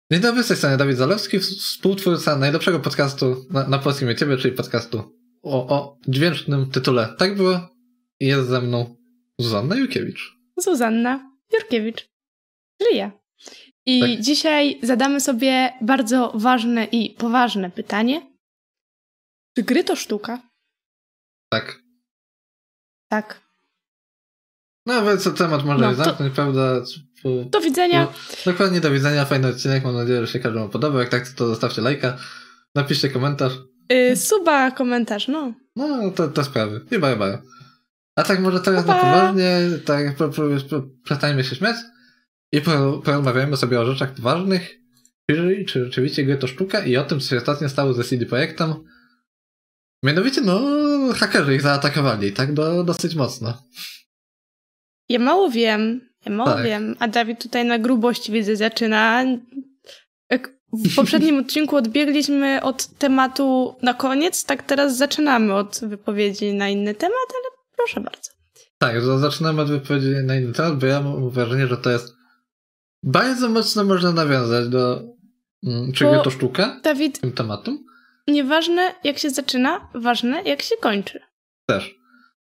Dzień dobry, z tej strony Dawid Zalewski, współtwórca najlepszego podcastu na polskim YouTubie, czyli podcastu o dźwięcznym tytule Tak było i jest ze mną Zuzanna Jurkiewicz. Zuzanna Jurkiewicz, czyli ja. I Tak. Dzisiaj zadamy sobie bardzo ważne i poważne pytanie. Czy gry to sztuka? Tak. Tak. No więc temat można zamknąć, prawda? Do widzenia. Dokładnie, do widzenia. Fajny odcinek, mam nadzieję, że się każdemu podoba. Jak tak, to zostawcie lajka, napiszcie komentarz. Suba, komentarz, no. No, to sprawy. I bye. A tak może teraz na poważnie, tak przestańmy się śmiać i porozmawiajmy sobie o rzeczach poważnych, czyli czy rzeczywiście gry to sztuka i o tym, co się ostatnio stało ze CD Projektem. Mianowicie, hakerzy ich zaatakowali, tak dosyć mocno. Ja mało wiem, a Dawid tutaj na grubość, widzę, zaczyna. W poprzednim odcinku odbiegliśmy od tematu na koniec, tak teraz zaczynamy od wypowiedzi na inny temat, ale proszę bardzo. Tak, zaczynamy od wypowiedzi na inny temat, bo ja mam wrażenie, że to jest bardzo mocno można nawiązać do czego to sztuka, Dawid, tym tematem. Nieważne jak się zaczyna, ważne jak się kończy. Też.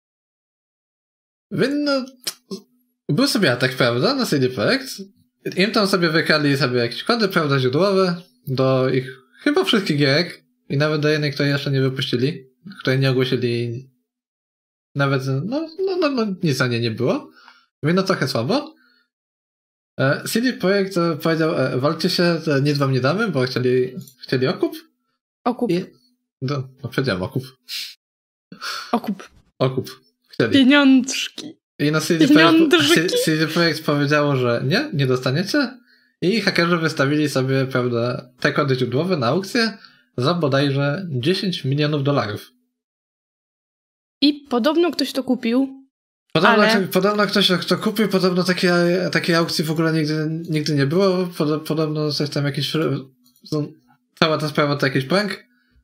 Więc był sobie atak, prawda, na CD Projekt. Im tam sobie wykali jakieś kody, prawda, źródłowe do ich chyba wszystkich gierek i nawet do jednej, której jeszcze nie wypuścili, której nie ogłosili nawet, nic na niej nie było. Więc trochę słabo. CD Projekt powiedział, walcie się, nic wam nie damy, bo chcieli okup. Okup. Powiedziałem okup. Okup. Chcieli. Pieniążki. I na CD Projekt powiedziało, że nie dostaniecie. I hakerzy wystawili sobie, prawda, te kody źródłowe na aukcję za bodajże $10 milionów. I podobno ktoś to kupił. Podobno ktoś to kupił, podobno takiej aukcji w ogóle nigdy nie było. Podobno coś tam jakiś... Cała ta sprawa to jakiś prank.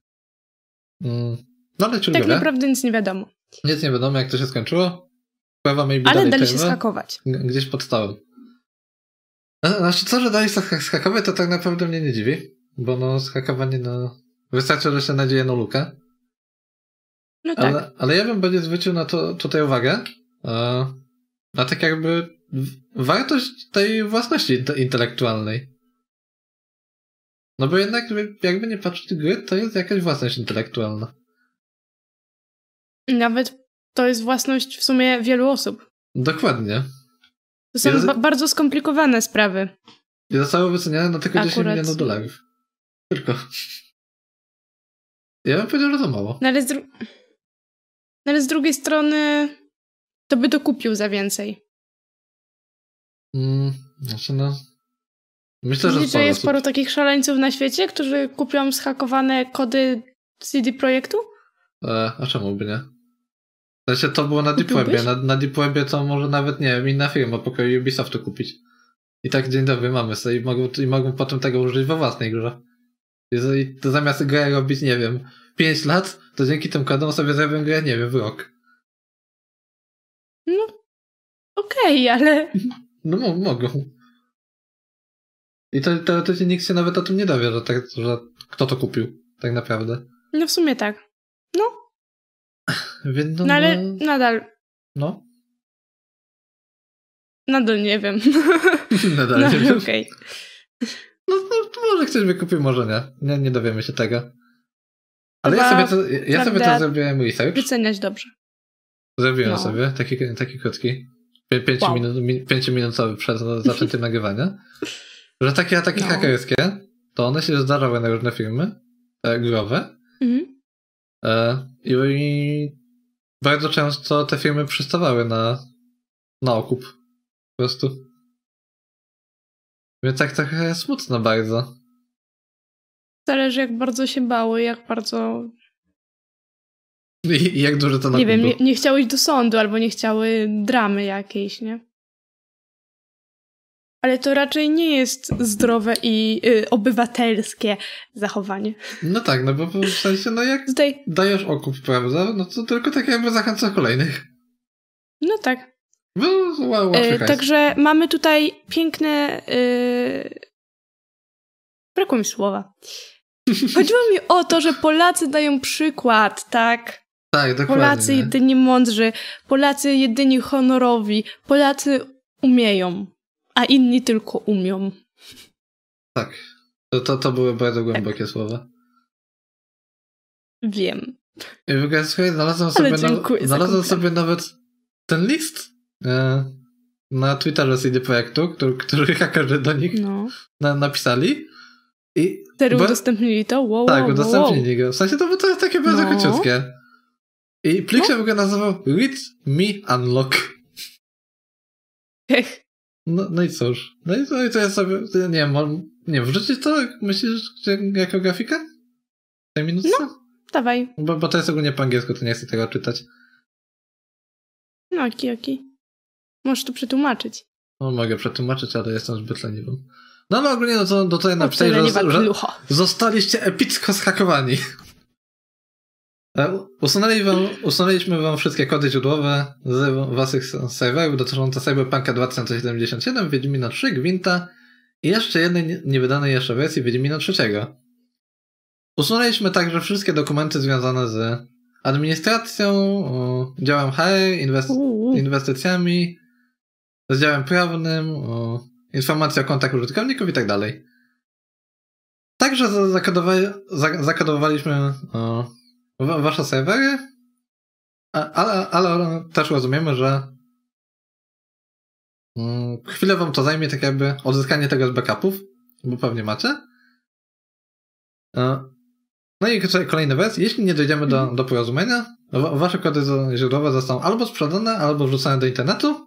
Ale tak naprawdę nic nie wiadomo. Nic nie wiadomo, jak to się skończyło. Ale dali się schakować. Gdzieś pod stołem. Znaczy, co, że dali się schakować, to tak naprawdę mnie nie dziwi. Bo schakowanie, wystarczy, że się nadzieje na lukę. No tak. Ale ja bym bardziej zwrócił na to tutaj uwagę. Na tak jakby wartość tej własności intelektualnej. No bo jednak jakby nie patrzeć, gry to jest jakaś własność intelektualna. Nawet to jest własność w sumie wielu osób. Dokładnie. To są bardzo skomplikowane sprawy. I zostało wycenione na tylko $10 milionów. Tylko. Ja bym powiedział, że to mało. Ale z drugiej strony to by to kupił za więcej. Myślę, że jest sporo takich szaleńców na świecie, którzy kupią zhakowane kody CD Projektu? A czemu by nie? Znaczy, to było na Deep Webie. Na Deep Webie to może nawet, nie wiem, inna firma pokroju Ubisoftu kupić. I tak dzień dobry mamy sobie i mogą potem tego użyć we własnej grze. Jeżeli to zamiast grę robić, nie wiem, 5 lat, to dzięki tym kodom sobie zrobią grę, nie wiem, w rok. No, okej, ale... No mogą. I to teoretycznie nikt się nawet o tym nie dowie, że kto to kupił, tak naprawdę. No w sumie tak. No. Więc ale nadal... No? Nadal nie wiem. Nadal nie wiem. Okej. No może ktoś by kupił, może nie. Nie dowiemy się tego. Ale ja sobie to zrobiłem research. Wyceniać dobrze. Zrobiłem sobie taki krótki. 5-minutowy przed zaczęciem nagrywania. Że takie ataki hakerskie, to one się zdarzały na różne firmy growe. I bardzo często te firmy przystawały na okup. Po prostu. Więc tak trochę smutno bardzo. Zależy, jak bardzo się bały, jak bardzo... I jak dużo to nie wiem, nie chciały iść do sądu, albo nie chciały dramy jakiejś, nie? Ale to raczej nie jest zdrowe i obywatelskie zachowanie. No tak, bo w sensie, jak dajesz okup, prawda? No to tylko tak jakby zachęca kolejnych. No tak. Łatwy hajs. Także mamy tutaj piękne Brakło mi słowa. Chodziło mi o to, że Polacy dają przykład, tak? Tak, dokładnie. Polacy jedyni mądrzy, Polacy jedyni honorowi, Polacy umieją, a inni tylko umią. Tak. To były bardzo głębokie słowa. Wiem. I w ogóle, słuchaj, znalazłem sobie nawet ten list na Twitterze CD Projektu, który hakerzy do nich napisali. Serio udostępnili to? Wow, tak, udostępnili go. W sensie to jest takie bardzo króciutkie. I plik się w ogóle nazywał Read Me Unlock. No i cóż. No i to jest sobie, nie wiem, wrzucić to, myślisz, jako grafika? W tej minutce? No, dawaj. Bo to jest ogólnie po angielsku, to nie chcę tego czytać. No, okej. Możesz to przetłumaczyć. No, mogę przetłumaczyć, ale jestem zbyt leniwy. No ale ogólnie to tutaj napisali, że zostaliście epicko zhakowani. Usunęliśmy wam wszystkie kody źródłowe z waszych serwerów dotyczące Cyberpunka 2077, Wiedźmina 3, Gwinta i jeszcze jednej niewydanej jeszcze wersji Wiedźmina 3. Usunęliśmy także wszystkie dokumenty związane z administracją, działem HR, inwestycjami, z działem prawnym, informacje o kontach użytkowników i tak dalej. Także zakodowaliśmy wasze serwery, ale też rozumiemy, że chwilę wam to zajmie tak jakby odzyskanie tego z backupów, bo pewnie macie. No i kolejny wers. Jeśli nie dojdziemy do porozumienia, wasze kody źródłowe zostaną albo sprzedane, albo wrzucone do internetu.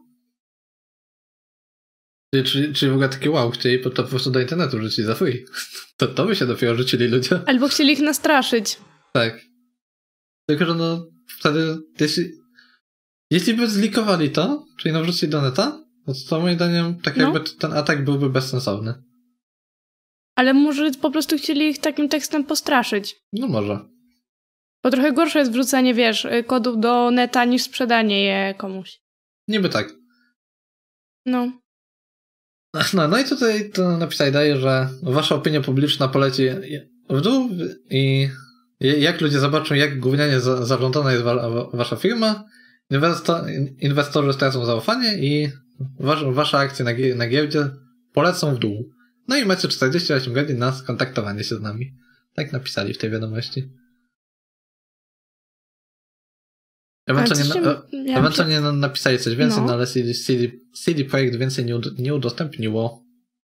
Czyli w ogóle takie wow, chcieli to po prostu do internetu rzucić za free. To by się dopiero rzucili ludzie. Albo chcieli ich nastraszyć. Tak. Tylko, że wtedy jeśli by zlikowali to, czyli wrzucili do neta, to moim zdaniem tak jakby ten atak byłby bezsensowny. Ale może po prostu chcieli ich takim tekstem postraszyć. No może. Bo trochę gorsze jest wrzucanie, kodów do neta niż sprzedanie je komuś. Niby tak. No i tutaj to napisali dalej, że wasza opinia publiczna poleci w dół i jak ludzie zobaczą, jak gównianie zarządzana jest wasza firma, inwestorzy stracą zaufanie i wasze akcje na giełdzie polecą w dół. No i macie 48 godzin na skontaktowanie się z nami. Tak napisali w tej wiadomości. Ewentualnie napisali coś więcej, no ale CD Projekt więcej nie udostępniło.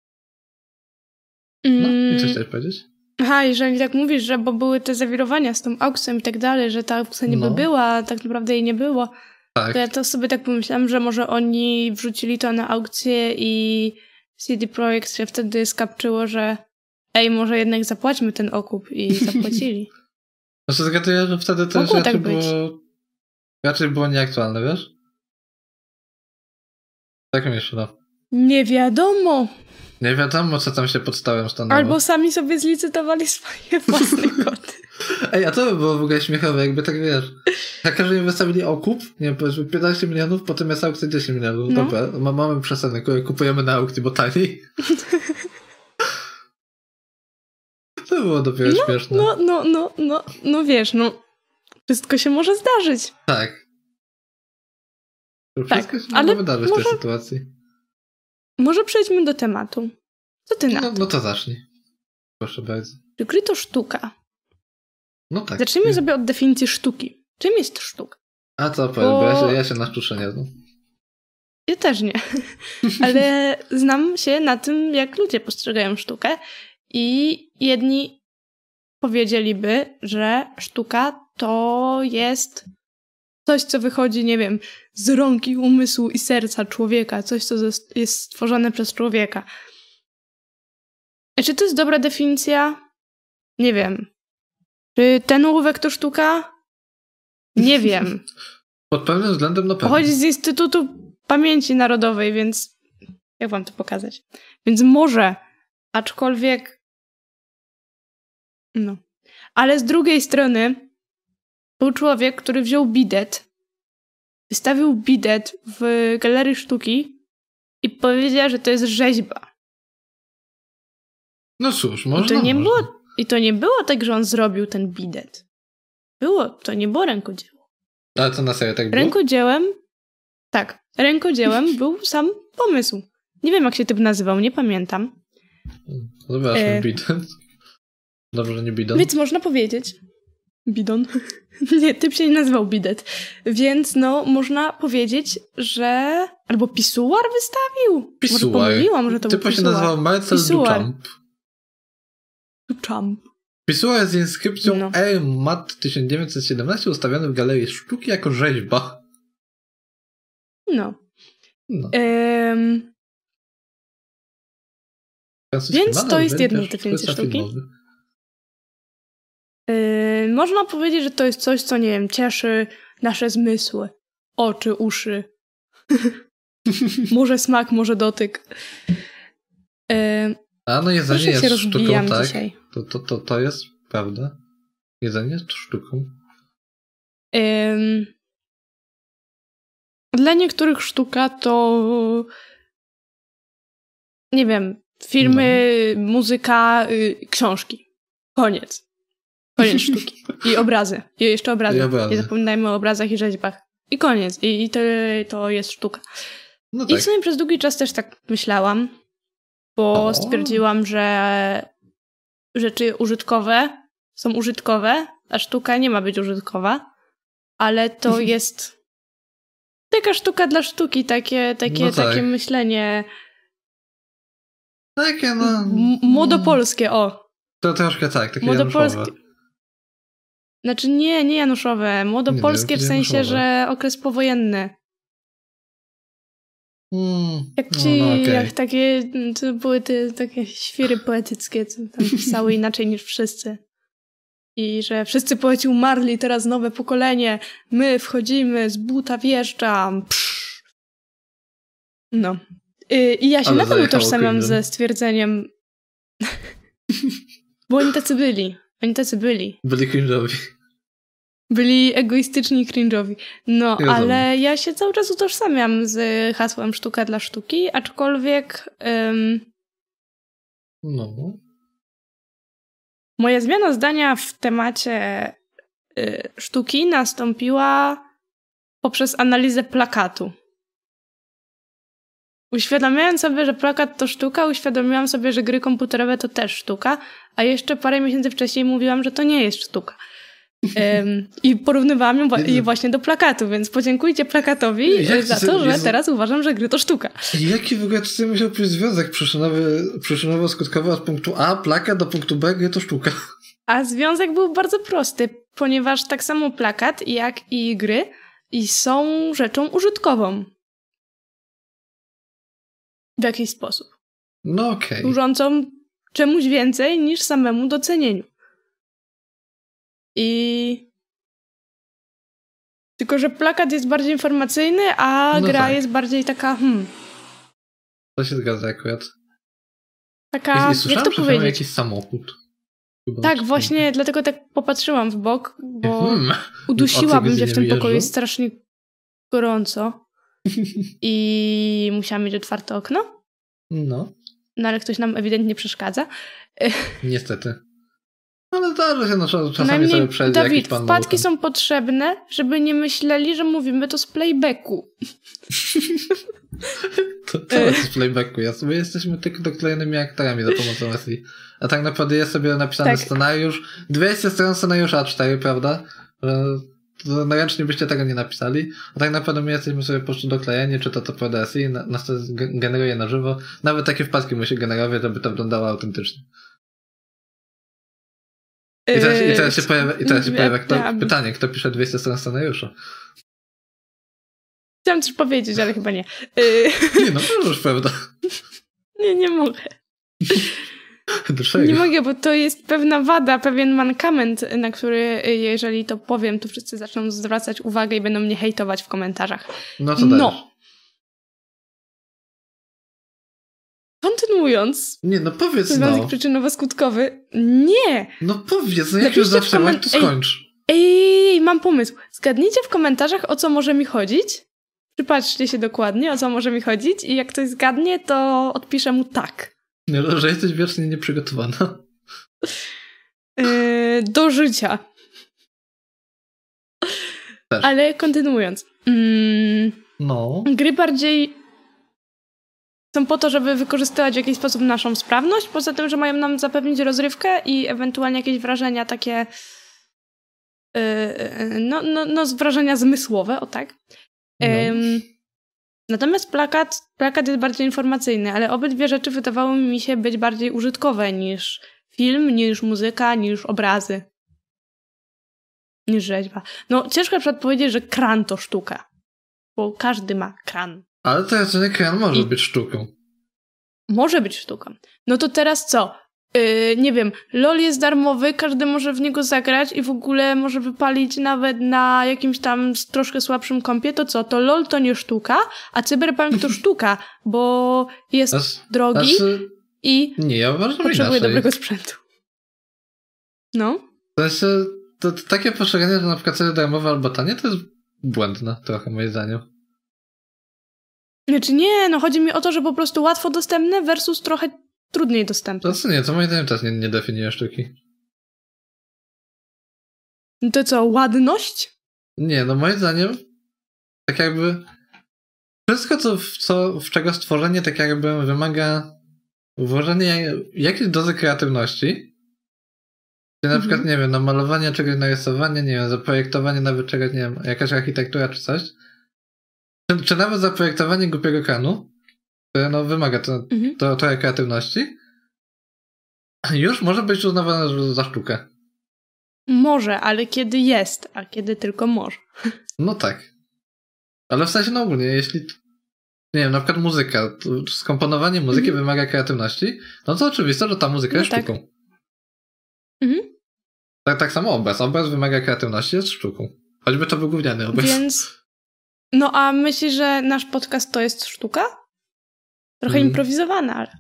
No i co chciałeś powiedzieć? Aha, jeżeli tak mówisz, że bo były te zawirowania z tą aukcją i tak dalej, że ta aukcja niby była, a tak naprawdę jej nie było, tak. To ja to sobie tak pomyślałam, że może oni wrzucili to na aukcję i CD Projekt się wtedy skapczyło, że może jednak zapłaćmy ten okup i zapłacili. Znaczy zgaduję, że wtedy to już raczej było nieaktualne, wiesz? Tak myślę. Nie wiadomo. Nie wiadomo, co tam się pod stołem stanęło. Albo sami sobie zlicytowali swoje własne kody. A to by było w ogóle śmiechowe, jakby tak wiesz. Hakerzy im wystawili okup, nie wiem, powiedzmy 15 milionów, potem jest aukcja 10 milionów. No. Dobra, mamy przecenę, kupujemy na aukcji, bo taniej. To było dopiero śmieszne. No wiesz, wszystko się może zdarzyć. Tak. Wszystko się może wydarzyć w tej sytuacji. Może przejdźmy do tematu. Co ty na to? No to zacznij. Proszę bardzo. Czy gry to sztuka? No tak. Zacznijmy sobie od definicji sztuki. Czym jest sztuka? A co powiem, bo ja się na sztuce nie znam. Ja też nie. Ale znam się na tym, jak ludzie postrzegają sztukę i jedni powiedzieliby, że sztuka to jest coś, co wychodzi, nie wiem, z rąk i umysłu i serca człowieka. Coś, co jest stworzone przez człowieka. Czy to jest dobra definicja? Nie wiem. Czy ten ołówek to sztuka? Nie wiem. Pod pewnym względem na pewno. Pochodzi z Instytutu Pamięci Narodowej, więc jak wam to pokazać? Więc może, aczkolwiek ale z drugiej strony był człowiek, który wziął bidet, wystawił bidet w galerii sztuki i powiedział, że to jest rzeźba. No cóż, można. I to nie było tak, że on zrobił ten bidet. To nie było rękodzieło. Ale to na serio tak było? Rękodziełem był sam pomysł. Nie wiem, jak się typ nazywał, nie pamiętam. Zobaczmy, bidet. Dobrze, że nie bidon. Więc można powiedzieć... Bidon? Nie, typ się nie nazywał bidet. Więc można powiedzieć, że... Albo pisuar wystawił. Pisuar. Może pomyliłam, że to był pisuar. Typ się nazywał Marcel Duchamp. Duchamp. Pisuar z inskrypcją Mat 1917 ustawiony w Galerii Sztuki jako rzeźba. Więc to jest jedna z definicji sztuki. Można powiedzieć, że to jest coś, co, nie wiem, cieszy nasze zmysły. Oczy, uszy. Może smak, może dotyk. A no jedzenie jest sztuką, tak? Dzisiaj. To jest prawda? Jedzenie jest sztuką. Dla niektórych sztuka to nie wiem, filmy, muzyka, książki. Koniec sztuki. I obrazy. I jeszcze obrazy. Nie zapominajmy o obrazach i rzeźbach. I koniec. I to jest sztuka. No tak. I w sumie przez długi czas też tak myślałam, bo stwierdziłam, że rzeczy użytkowe są użytkowe, a sztuka nie ma być użytkowa, ale to jest taka sztuka dla sztuki, takie myślenie takie młodopolskie, To troszkę tak, takie januszowe. Znaczy nie januszowe, młodopolskie w sensie, że okres powojenny. Jak takie, to były takie świry poetyckie, co tam pisały inaczej niż wszyscy. I że wszyscy poeci umarli, teraz nowe pokolenie, my wchodzimy, z buta wjeżdżam. Psz. No. I ja się na tym utożsamiam ze stwierdzeniem, bo oni tacy byli. Byli cringe'owi. Byli egoistyczni i cringe'owi. No, ale ja się cały czas utożsamiam z hasłem sztuka dla sztuki, aczkolwiek moja zmiana zdania w temacie sztuki nastąpiła poprzez analizę plakatu. Uświadamiając sobie, że plakat to sztuka, uświadomiłam sobie, że gry komputerowe to też sztuka, a jeszcze parę miesięcy wcześniej mówiłam, że to nie jest sztuka. I porównywałam ją właśnie do plakatu, więc podziękujcie plakatowi za to, że teraz uważam, że gry to sztuka. Jaki w ogóle tutaj musiał być związek przyczynowo-skutkowy od punktu A, plakat, do punktu B, gry to sztuka? A związek był bardzo prosty, ponieważ tak samo plakat, jak i gry są rzeczą użytkową. W jakiś sposób. No okej. Służącą czemuś więcej niż samemu docenieniu. Tylko, że plakat jest bardziej informacyjny, a gra jest bardziej taka To się zgadza akurat. Taka, jak to powiedzieć? Jakiś samochód. Tak, właśnie dlatego tak popatrzyłam w bok, bo udusiłabym się w tym pokoju, jest strasznie gorąco. I musiałam mieć otwarte okno. No, ale ktoś nam ewidentnie przeszkadza. Niestety. Ale zdarza się, czasami sobie przejdzie jakiś pan wpadki są potrzebne, żeby nie myśleli, że mówimy to z playbacku. To jest z playbacku. My jesteśmy tylko doklejonymi aktorami za pomocą SI. A tak naprawdę jest sobie napisany scenariusz. 200 stron scenariusza A4, prawda? To ręcznie byście tego nie napisali. A tak naprawdę my jesteśmy sobie po prostu doklejeni, czy to prawda SI, nas to generuje na żywo. Nawet takie wpadki musi generować, żeby to wyglądało autentycznie. I teraz się pojawia pytanie, kto pisze 200 stron scenariusza? Chciałam coś powiedzieć, ale chyba nie. Nie, no możesz, prawda? Nie mogę. Dlaczego? Nie mogę, bo to jest pewna wada, pewien mankament, na który, jeżeli to powiem, to wszyscy zaczną zwracać uwagę i będą mnie hejtować w komentarzach. No to dajesz. Kontynuując. Nie, no powiedz związek przyczynowo-skutkowy. Nie! No powiedz, no jak już zawsze to skończ. Ej, mam pomysł. Zgadnijcie w komentarzach, o co może mi chodzić. Przypatrzcie się dokładnie, o co może mi chodzić i jak ktoś zgadnie, to odpiszę mu tak. Że jesteś wiecznie nieprzygotowana. Do życia. Też. Ale kontynuując. No. Gry bardziej są po to, żeby wykorzystywać w jakiś sposób naszą sprawność, poza tym, że mają nam zapewnić rozrywkę i ewentualnie jakieś wrażenia takie wrażenia zmysłowe, o tak. No. Natomiast plakat jest bardziej informacyjny, ale obydwie rzeczy wydawały mi się być bardziej użytkowe niż film, niż muzyka, niż obrazy. Niż rzeźba. No ciężko na przykład powiedzieć, że kran to sztuka. Bo każdy ma kran. Ale to jest, że kran może być sztuką. Może być sztuką. No to teraz co? Nie wiem, LOL jest darmowy, każdy może w niego zagrać i w ogóle może wypalić nawet na jakimś tam troszkę słabszym kompie, to co? To LOL to nie sztuka, a Cyberpunk to sztuka, bo jest drogi i nie, ja uważam potrzebuje inaczej. dobrego sprzętu. No? To takie postrzeganie, że na przykład coś darmowe albo tanie, to jest błędne trochę moim zdaniem. Znaczy nie, no chodzi mi o to, że po prostu łatwo dostępne versus trochę trudniej dostępne. To nie, to moim zdaniem też nie definiuje sztuki. No to co, ładność? Nie, no moim zdaniem tak jakby wszystko, w czego stworzenie tak jakby wymaga włożenia jakiejś dozy kreatywności. Czyli na przykład, nie wiem, malowanie czegoś, narysowanie, nie wiem, zaprojektowanie nawet czegoś, nie wiem, jakaś architektura czy coś. Czy nawet zaprojektowanie głupiego ekranu, które no wymaga to trochę kreatywności, już może być uznawane za sztukę. Może, ale kiedy jest, a kiedy tylko może. No tak. Ale w sensie no ogólnie, jeśli nie wiem, na przykład muzyka, skomponowanie muzyki wymaga kreatywności, no to oczywiste, że ta muzyka jest sztuką. Tak samo obraz. Obraz wymaga kreatywności, jest sztuką. Choćby to był gówniany obraz. Więc... No a myślisz, że nasz podcast to jest sztuka? Trochę improwizowana, ale...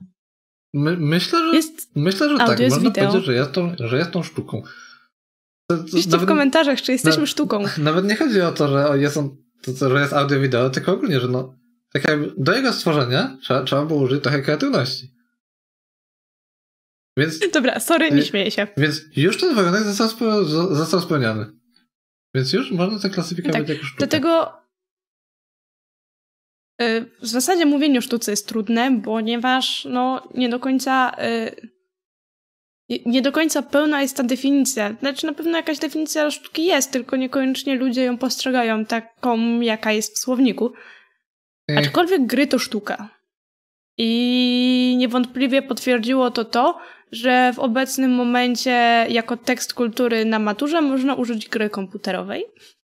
Myślę, że tak. Jest można wideo. powiedzieć, że jest tą sztuką. Piszcie w komentarzach, czy jesteśmy sztuką. Nawet nie chodzi o to, że jest audio-wideo, tylko ogólnie, że no tak jakby do jego stworzenia trzeba było użyć trochę kreatywności. Więc, dobra, sorry, nie śmieję się. Więc już ten warunek został spełniony. Więc już można to klasyfikować jako sztukę. Dlatego w zasadzie mówienie o sztuce jest trudne, ponieważ no nie do końca pełna jest ta definicja. Znaczy na pewno jakaś definicja sztuki jest, tylko niekoniecznie ludzie ją postrzegają taką, jaka jest w słowniku. Aczkolwiek gry to sztuka. I niewątpliwie potwierdziło to, że w obecnym momencie jako tekst kultury na maturze można użyć gry komputerowej.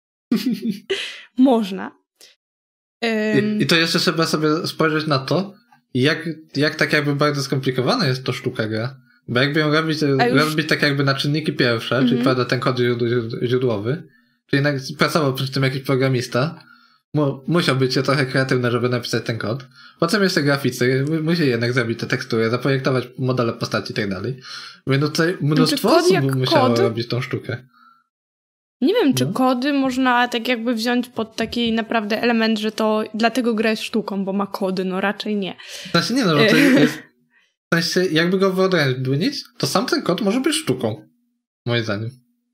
Można. I to jeszcze trzeba sobie spojrzeć na to, jak tak jakby bardzo skomplikowana jest to sztuka gra. Bo jakby ją robić tak jakby na czynniki pierwsze, czyli prawda, ten kod źródłowy, czyli jednak pracował przy tym jakiś programista, musiał być trochę kreatywny, żeby napisać ten kod. Potem jeszcze graficy, musi jednak zrobić te tekstury, zaprojektować modele postaci i tak dalej. Więc tutaj mnóstwo osób musiało robić tą sztukę. Nie wiem, czy kody można tak jakby wziąć pod taki naprawdę element, że to dlatego gra jest sztuką, bo ma kody, no raczej nie. Znaczy nie, no, że to jest, w sensie jakby go wyodrębnić, to sam ten kod może być sztuką. Moim zdaniem.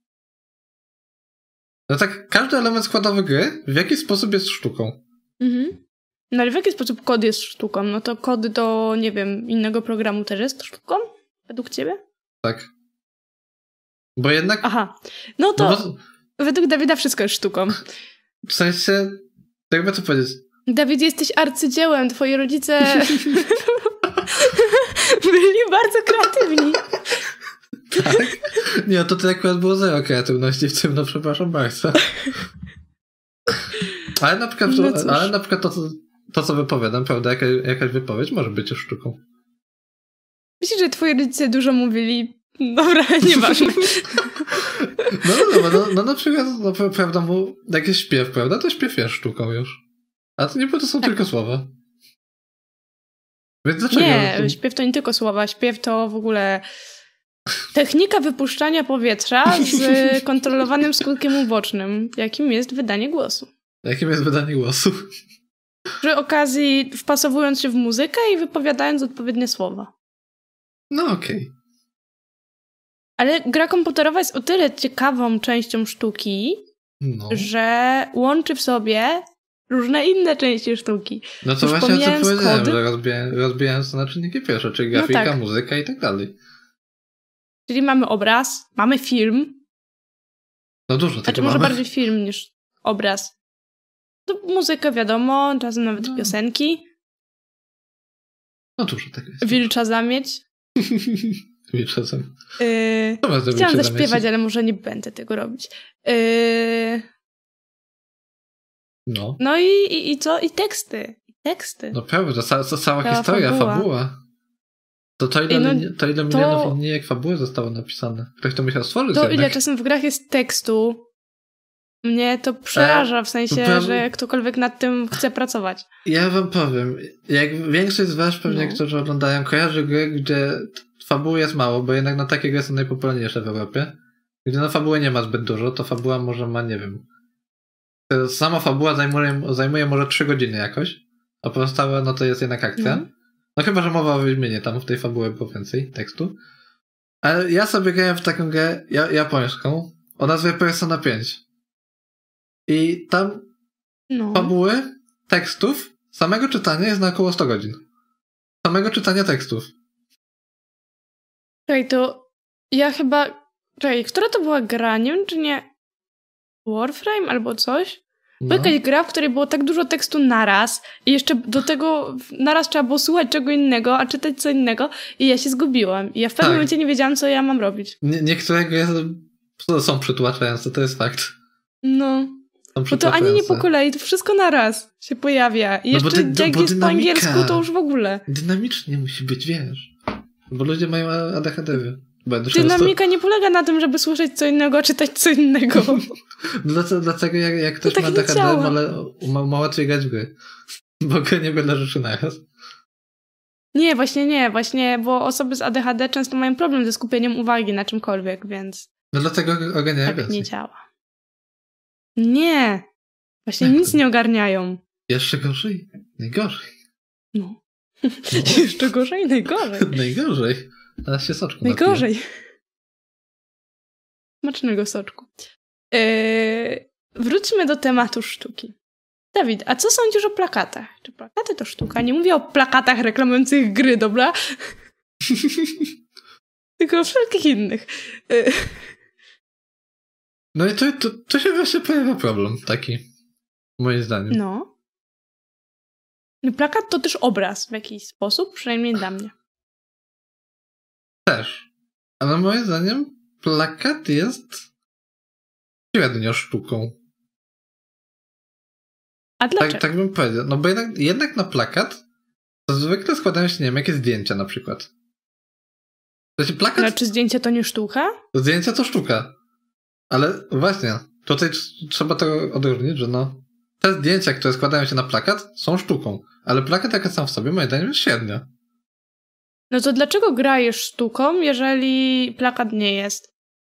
No tak, każdy element składowy gry w jakiś sposób jest sztuką. No ale w jaki sposób kod jest sztuką? No to kody do, nie wiem, innego programu też jest sztuką? Według ciebie? Tak. Bo jednak... Aha. No to według Dawida wszystko jest sztuką. W sensie, jakby to powiedzieć... Dawid, jesteś arcydziełem. Twoi rodzice byli bardzo kreatywni. Tak? Nie, to akurat było zero kreatywności w tym, no przepraszam bardzo. Ale na przykład to, co wypowiadam, prawda, jakaś wypowiedź może być już sztuką. Myślisz, że twoi rodzice dużo mówili? Dobra, nieważne. No na przykład, prawda, jak jest śpiew, prawda, to śpiew jest sztuką już. A to nie, bo to są tylko słowa. Więc dlaczego? Nie, śpiew to nie tylko słowa, śpiew to w ogóle technika wypuszczania powietrza z kontrolowanym skutkiem ubocznym, jakim jest wydanie głosu. Jakim jest wydanie głosu? Przy okazji wpasowując się w muzykę i wypowiadając odpowiednie słowa. No okej. Ale gra komputerowa jest o tyle ciekawą częścią sztuki, że łączy w sobie różne inne części sztuki. No to już właśnie o co powiedziałem, kody, że rozbijając to na czynniki pierwsze, czyli grafika, tak. muzyka i tak dalej. Czyli mamy obraz, mamy film. No dużo tego może mamy. bardziej film niż obraz. To muzykę wiadomo, czasem nawet piosenki. No dużo tego jest. Wilcza zamieć. Wilcza zamieć. Chciałam zaśpiewać, ale może nie będę tego robić. No i co? I teksty. No prawda, cała historia, fabuła. To ile milionów linijek fabuły zostało napisane. Ktoś to musiał stworzyć. To jednak. Ile czasem w grach jest tekstu. Mnie to przeraża, w sensie, że ktokolwiek nad tym chce pracować. Ja wam powiem, jak większość z was pewnie, którzy oglądają, kojarzy gry, gdzie fabuły jest mało, bo jednak takie gry są najpopularniejsze w Europie. Gdzie fabuły nie ma zbyt dużo, to fabuła może ma, nie wiem. Sama fabuła zajmuje może 3 godziny jakoś, a pozostałe to jest jednak akcja. No chyba, że mowa o Wiedźminie, tam w tej fabuły było więcej tekstu. Ale ja sobie grałem w taką grę japońską o nazwie Persona 5. I tam fabuły, tekstów, samego czytania jest na około 100 godzin. Samego czytania tekstów. To ja chyba... która to była gra? Nie wiem, czy nie Warframe albo coś? Była jakaś gra, w której było tak dużo tekstu naraz i jeszcze do tego naraz trzeba było słuchać czego innego, a czytać co innego i ja się zgubiłam. I ja w pewnym momencie nie wiedziałam, co ja mam robić. Niektóre gry są przytłaczające, to jest fakt. Bo to ani nie po kolei, to wszystko naraz się pojawia. I jeszcze jak jest po angielsku, to już w ogóle. Dynamicznie musi być, wiesz. Bo ludzie mają ADHD. Dynamika nie polega na tym, żeby słyszeć co innego, a czytać co innego. Dlatego jak ktoś ma ADHD, ma łatwiej grać w gry. Bo niewiele rzeczy naraz. Nie, właśnie, bo osoby z ADHD często mają problem ze skupieniem uwagi na czymkolwiek, więc... dlatego ogarniają tak nie działa. Nie! Właśnie nic nie ogarniają. Jeszcze gorzej. Najgorzej. Jeszcze gorzej, najgorzej. Najgorzej. Teraz się soczku najgorzej. Napiję. Smacznego soczku. Wróćmy do tematu sztuki. Dawid, a co sądzisz o plakatach? Czy plakaty to sztuka? Nie mówię o plakatach reklamujących gry, dobra? Tylko o wszelkich innych. No i to się właśnie pojawia problem taki, moim zdaniem. Plakat to też obraz w jakiś sposób, przynajmniej dla mnie. Też. Ale moim zdaniem plakat jest średnio sztuką. A dlaczego? Tak bym powiedział. No bo jednak na plakat to zwykle składają się, nie wiem, jakieś zdjęcia na przykład. Plakat... Ale czy zdjęcie to nie sztuka? Zdjęcia to sztuka. Ale właśnie, tutaj trzeba to odróżnić, że te zdjęcia, które składają się na plakat, są sztuką. Ale plakat jak sam w sobie, moim zdaniem, jest średnio. No to dlaczego gra jest sztuką, jeżeli plakat nie jest?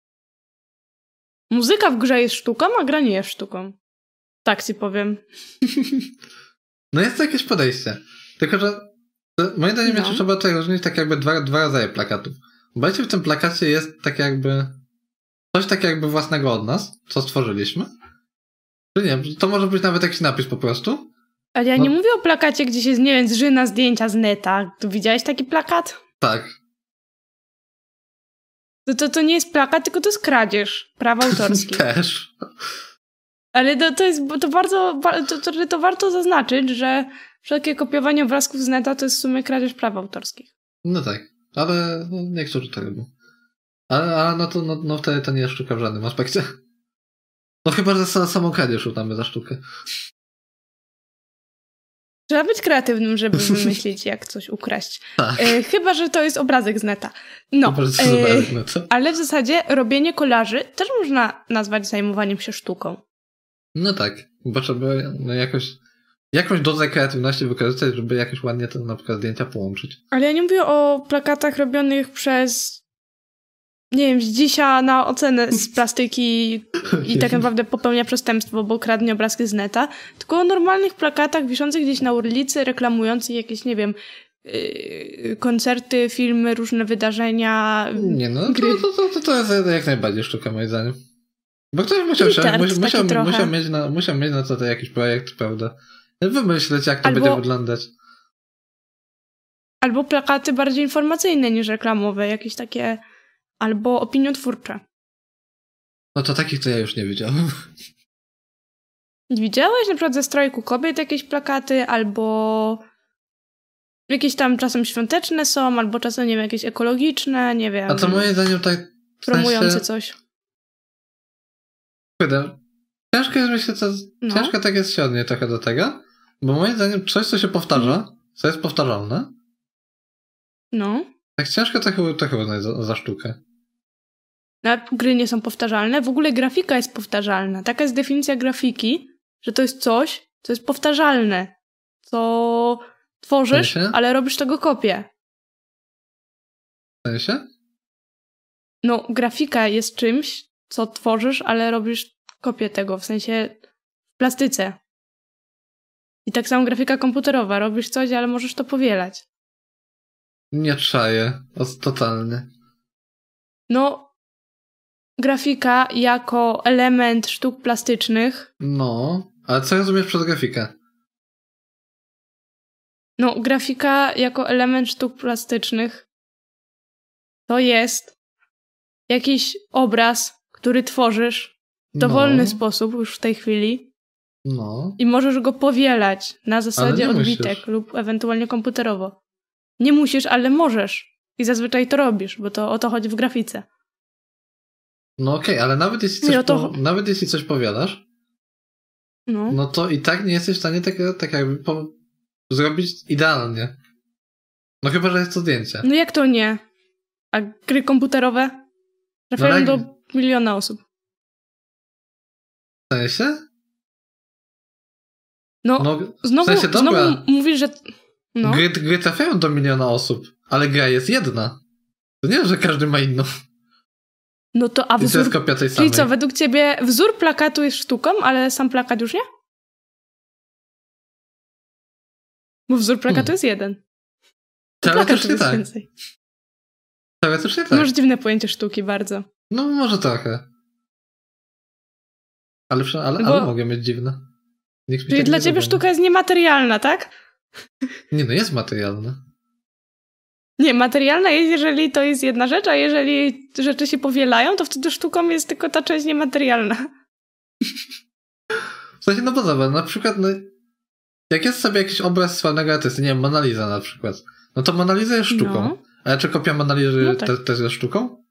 Muzyka w grze jest sztuką, a gra nie jest sztuką. Tak ci powiem. No jest to jakieś podejście. Tylko, że moim zdaniem jeszcze trzeba tutaj różnić tak jakby dwa rodzaje plakatów. Bo w tym plakacie jest tak jakby coś tak jakby własnego od nas, co stworzyliśmy. Że nie wiem, to może być nawet jakiś napis po prostu. Ale ja nie mówię o plakacie, gdzie się, nie wiem, zżyna zdjęcia z neta. Tu widziałeś taki plakat? Tak. To nie jest plakat, tylko to jest kradzież praw autorskich. Też. Ale to warto zaznaczyć, że wszelkie kopiowanie obrazków z neta to jest w sumie kradzież praw autorskich. No tak, ale niektórzy to robią. Ale wtedy to nie jest sztuka w żadnym aspekcie. No chyba, że samą kradzież uznamy za sztukę. Trzeba być kreatywnym, żeby wymyślić, jak coś ukraść. Tak. Chyba, że to jest obrazek z neta. Ale w zasadzie robienie kolaży też można nazwać zajmowaniem się sztuką. No tak, bo trzeba jakąś dozę kreatywności wykorzystać, żeby jakoś ładnie te na przykład zdjęcia połączyć. Ale ja nie mówię o plakatach robionych przez, nie wiem, Zdzisia na ocenę z plastyki i tak naprawdę popełnia przestępstwo, bo kradnie obrazki z neta, tylko o normalnych plakatach wiszących gdzieś na ulicy, reklamujących jakieś, nie wiem, koncerty, filmy, różne wydarzenia, Nie no, gry. to jest jak najbardziej sztuka, moim zdaniem. Bo ktoś musiał mieć na to jakiś projekt, prawda? Wymyśleć, jak to będzie wyglądać. Albo plakaty bardziej informacyjne niż reklamowe, jakieś takie, albo opiniotwórcze. No to takich to ja już nie widziałem. Widziałeś na przykład ze strajku kobiet jakieś plakaty, albo jakieś tam czasem świąteczne są, albo czasem, nie wiem, jakieś ekologiczne, nie wiem. A to moim zdaniem tak... promujące coś. Ciężko jest, myślę, ciężko tak jest się odnieść trochę do tego, bo moim zdaniem coś, co się powtarza, co jest powtarzalne, tak ciężko trochę uznać za sztukę. Gry nie są powtarzalne. W ogóle grafika jest powtarzalna. Taka jest definicja grafiki, że to jest coś, co jest powtarzalne. Co tworzysz, ale robisz tego kopię. W sensie? No, grafika jest czymś, co tworzysz, ale robisz kopię tego. W sensie w plastyce. I tak samo grafika komputerowa. Robisz coś, ale możesz to powielać. Nie czaję. Totalnie. No, grafika jako element sztuk plastycznych. No, ale co rozumiesz przez grafikę? No, grafika jako element sztuk plastycznych to jest jakiś obraz, który tworzysz w dowolny sposób już w tej chwili. No. I możesz go powielać na zasadzie odbitek lub ewentualnie komputerowo. Nie musisz, ale możesz. I zazwyczaj to robisz, bo to o to chodzi w grafice. No okej, ale nawet jeśli coś powiadasz, no to i tak nie jesteś w stanie tak jakby zrobić idealnie. No chyba, że jest to zdjęcie. No jak to nie? A gry komputerowe trafiają do miliona osób. W sensie? Znowu mówisz, że... No. Gry trafiają do miliona osób, ale gra jest jedna. To nie, że każdy ma inną. No to a wzór... Czyli co, według ciebie wzór plakatu jest sztuką, ale sam plakat już nie? Bo wzór plakatu jest jeden. Teoretycznie tak. Teoretycznie tak. Masz dziwne pojęcie sztuki bardzo. No może trochę. Ale mogę mieć dziwne. Czyli dla ciebie sztuka jest niematerialna, tak? Nie, no jest materialna. Nie, materialna jest, jeżeli to jest jedna rzecz, a jeżeli rzeczy się powielają, to wtedy sztuką jest tylko ta część niematerialna. W sensie, no bo zobacz, na przykład, jak jest sobie jakiś obraz sławnego artysty, nie wiem, Mona Lisa na przykład, no to Mona Lisa jest sztuką. A czy kopia Mona Lisy też jest sztuką?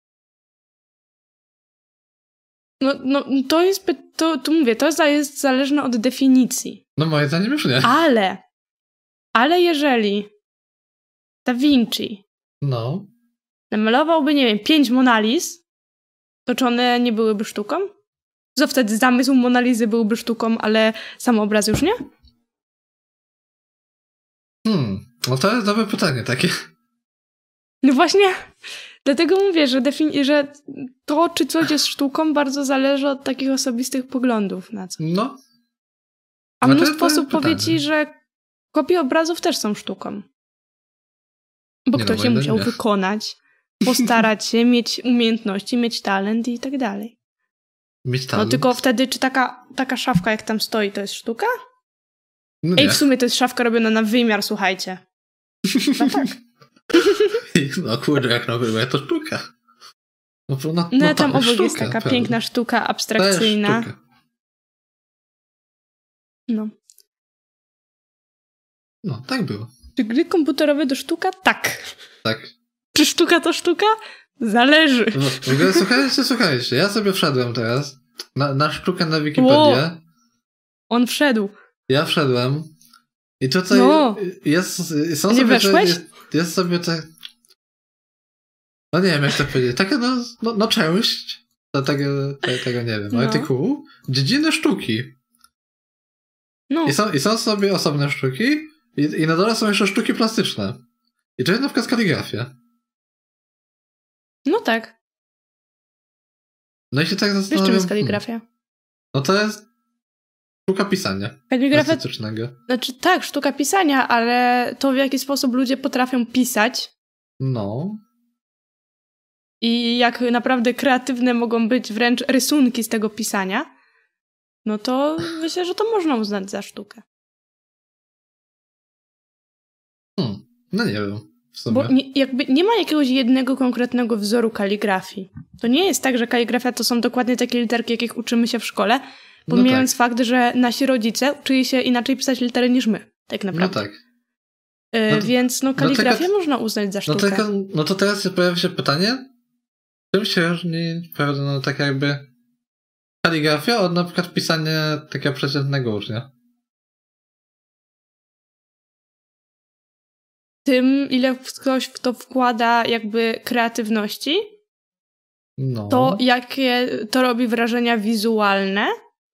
No to jest, tu mówię, to jest zależne od definicji. No moje zdaniem już nie. Ale jeżeli Da Vinci namalowałby, nie wiem, 5 Mona Lis, to czy one nie byłyby sztuką? Co wtedy zamysł Mona Lisy byłby sztuką, ale sam obraz już nie? No to jest dobre pytanie takie. No właśnie, dlatego mówię, że to, czy coś jest sztuką, bardzo zależy od takich osobistych poglądów na coś. No. A mnóstwo osób powie ci, że kopie obrazów też są sztuką. Bo ktoś je musiał wykonać, postarać się, mieć umiejętności, mieć talent i tak dalej. Mieć talent? No tylko wtedy, czy taka szafka, jak tam stoi, to jest sztuka? No nie. W sumie to jest szafka robiona na wymiar, słuchajcie. No tak. No kurde, jak na wymiar, to sztuka. No tam obok jest taka piękna sztuka abstrakcyjna. Sztuka. No, tak było. Czy gry komputerowe to sztuka? Tak. Tak. Czy sztuka to sztuka? Zależy. No, w ogóle słuchajcie, ja sobie wszedłem teraz na sztukę na Wikipedię. On wszedł. Ja wszedłem i tutaj jest sobie te... No nie wiem, jak to powiedzieć. Taka część tego nie wiem, artykułu dziedziny sztuki. I są sobie osobne sztuki i na dole są jeszcze sztuki plastyczne. I to jest na przykład kaligrafia. No tak. No i się tak zastanawiam. Wiesz, czym jest kaligrafia? No to jest Sztuka pisania. Kaligrafia... Estetycznego. Znaczy tak, sztuka pisania, ale to w jaki sposób ludzie potrafią pisać. No. I jak naprawdę kreatywne mogą być wręcz rysunki z tego pisania, no to myślę, że to można uznać za sztukę. No nie wiem. W sumie. Bo nie ma jakiegoś jednego konkretnego wzoru kaligrafii. To nie jest tak, że kaligrafia to są dokładnie takie literki, jakich uczymy się w szkole, pomijając fakt, że nasi rodzice uczyli się inaczej pisać litery niż my, tak naprawdę. No tak. Więc kaligrafię można uznać za sztukę. No to teraz pojawia się pytanie, czym się różni, prawda, no tak jakby kaligrafia od na przykład pisania takiego przeciętnego ucznia? Tym, ile ktoś w to wkłada jakby kreatywności, to jakie to robi wrażenia wizualne.